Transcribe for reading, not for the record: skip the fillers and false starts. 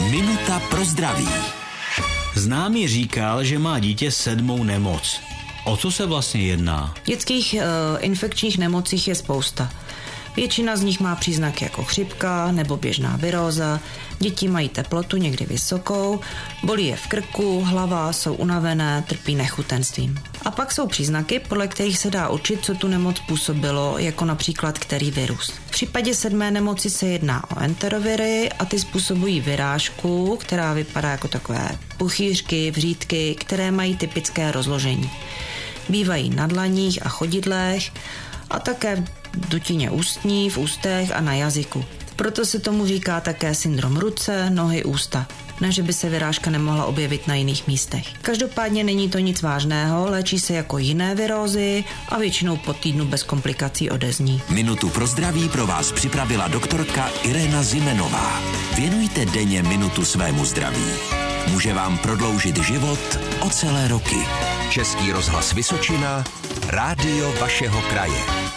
Minuta pro zdraví. Známý říkal, že má dítě 7. nemoc. O co se vlastně jedná? Dětských infekčních nemocích je spousta. Většina z nich má příznaky jako chřipka nebo běžná viróza. Děti mají teplotu někdy vysokou, bolí je v krku, hlava, jsou unavené, trpí nechutenstvím. A pak jsou příznaky, podle kterých se dá určit, co tu nemoc působilo, jako například který virus. V případě 7. nemoci se jedná o enteroviry a ty způsobují vyrážku, která vypadá jako takové puchýřky, vřídky, které mají typické rozložení. Bývají na dlaních a chodidlech a také v dutině ústní, v ústech a na jazyku. Proto se tomu říká také syndrom ruce, nohy, ústa. Ne, že by se vyrážka nemohla objevit na jiných místech. Každopádně není to nic vážného, léčí se jako jiné virózy a většinou po týdnu bez komplikací odezní. Minutu pro zdraví pro vás připravila doktorka Irena Zimenová. Věnujte denně minutu svému zdraví. Může vám prodloužit život o celé roky. Český rozhlas Vysočina, rádio vašeho kraje.